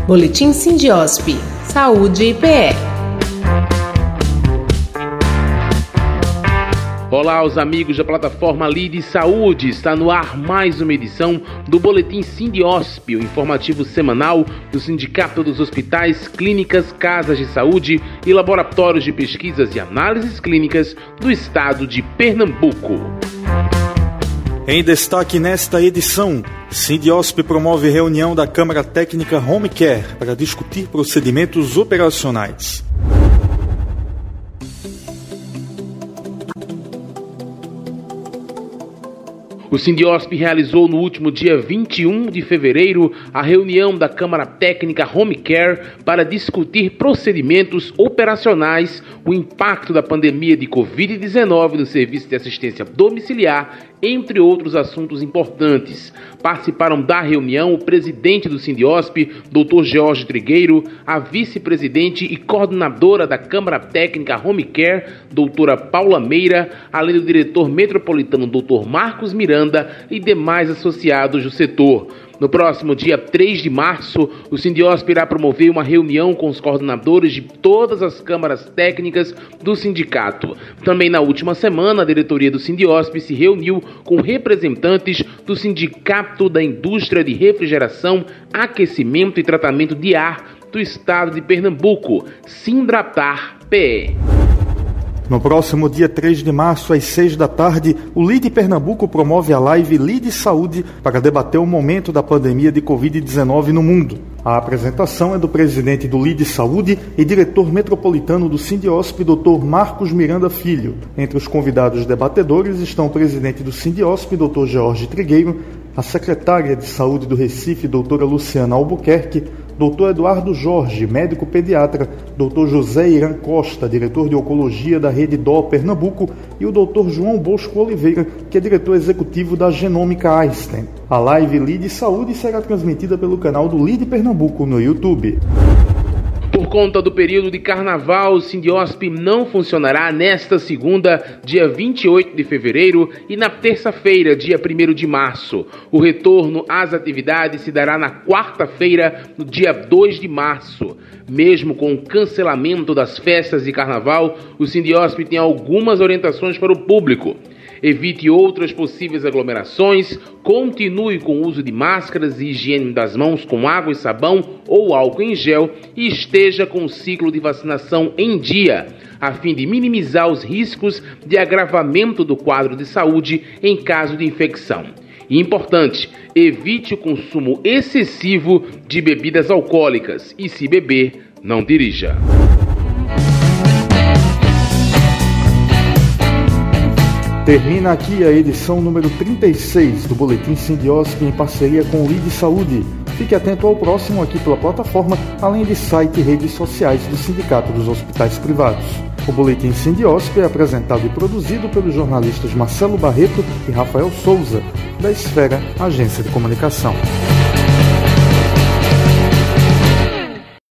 Boletim Sindiosp. Saúde e PE. Olá, os amigos da plataforma Lide Saúde. Está no ar mais uma edição do Boletim Sindiosp, o informativo semanal do Sindicato dos Hospitais, Clínicas, Casas de Saúde e Laboratórios de Pesquisas e Análises Clínicas do Estado de Pernambuco. Em destaque nesta edição, Sindiosp promove reunião da Câmara Técnica Home Care para discutir procedimentos operacionais. O Sindiosp realizou no último dia 21 de fevereiro a reunião da Câmara Técnica Home Care para discutir procedimentos operacionais, o impacto da pandemia de Covid-19 no serviço de assistência domiciliar, entre outros assuntos importantes. Participaram da reunião o presidente do Sindiosp, Dr. Jorge Trigueiro, a vice-presidente e coordenadora da Câmara Técnica Home Care, doutora Paula Meira, além do diretor metropolitano, Dr. Marcos Miranda, e demais associados do setor. No próximo dia 3 de março, o Sindiosp irá promover uma reunião com os coordenadores de todas as câmaras técnicas do sindicato. Também na última semana, a diretoria do Sindiosp se reuniu com representantes do Sindicato da Indústria de Refrigeração, Aquecimento e Tratamento de Ar do Estado de Pernambuco, Sindratar-PE. No próximo dia 3 de março, às 6 da tarde, o Lide Pernambuco promove a live Lide Saúde para debater o momento da pandemia de Covid-19 no mundo. A apresentação é do presidente do Lide Saúde e diretor metropolitano do Sindiosp, Dr. Marcos Miranda Filho. Entre os convidados debatedores estão o presidente do Sindiosp, Dr. Jorge Trigueiro, a secretária de Saúde do Recife, doutora Luciana Albuquerque, Dr. Eduardo Jorge, médico pediatra, Dr. José Irã Costa, diretor de Oncologia da Rede Dó Pernambuco, e o Dr. João Bosco Oliveira, que é diretor executivo da Genômica Einstein. A live Lide Saúde será transmitida pelo canal do Lide Pernambuco no YouTube. Por conta do período de carnaval, o Sindiosp não funcionará nesta segunda, dia 28 de fevereiro, e na terça-feira, dia 1º de março. O retorno às atividades se dará na quarta-feira, no dia 2 de março. Mesmo com o cancelamento das festas de carnaval, o Sindiosp tem algumas orientações para o público. Evite outras possíveis aglomerações, continue com o uso de máscaras e higiene das mãos com água e sabão ou álcool em gel e esteja com o ciclo de vacinação em dia, a fim de minimizar os riscos de agravamento do quadro de saúde em caso de infecção. E importante, evite o consumo excessivo de bebidas alcoólicas e, se beber, não dirija. Termina aqui a edição número 36 do Boletim Sindiosp em parceria com o Lide Saúde. Fique atento ao próximo aqui pela plataforma, além de site e redes sociais do Sindicato dos Hospitais Privados. O Boletim Sindiosp é apresentado e produzido pelos jornalistas Marcelo Barreto e Rafael Souza, da Esfera Agência de Comunicação.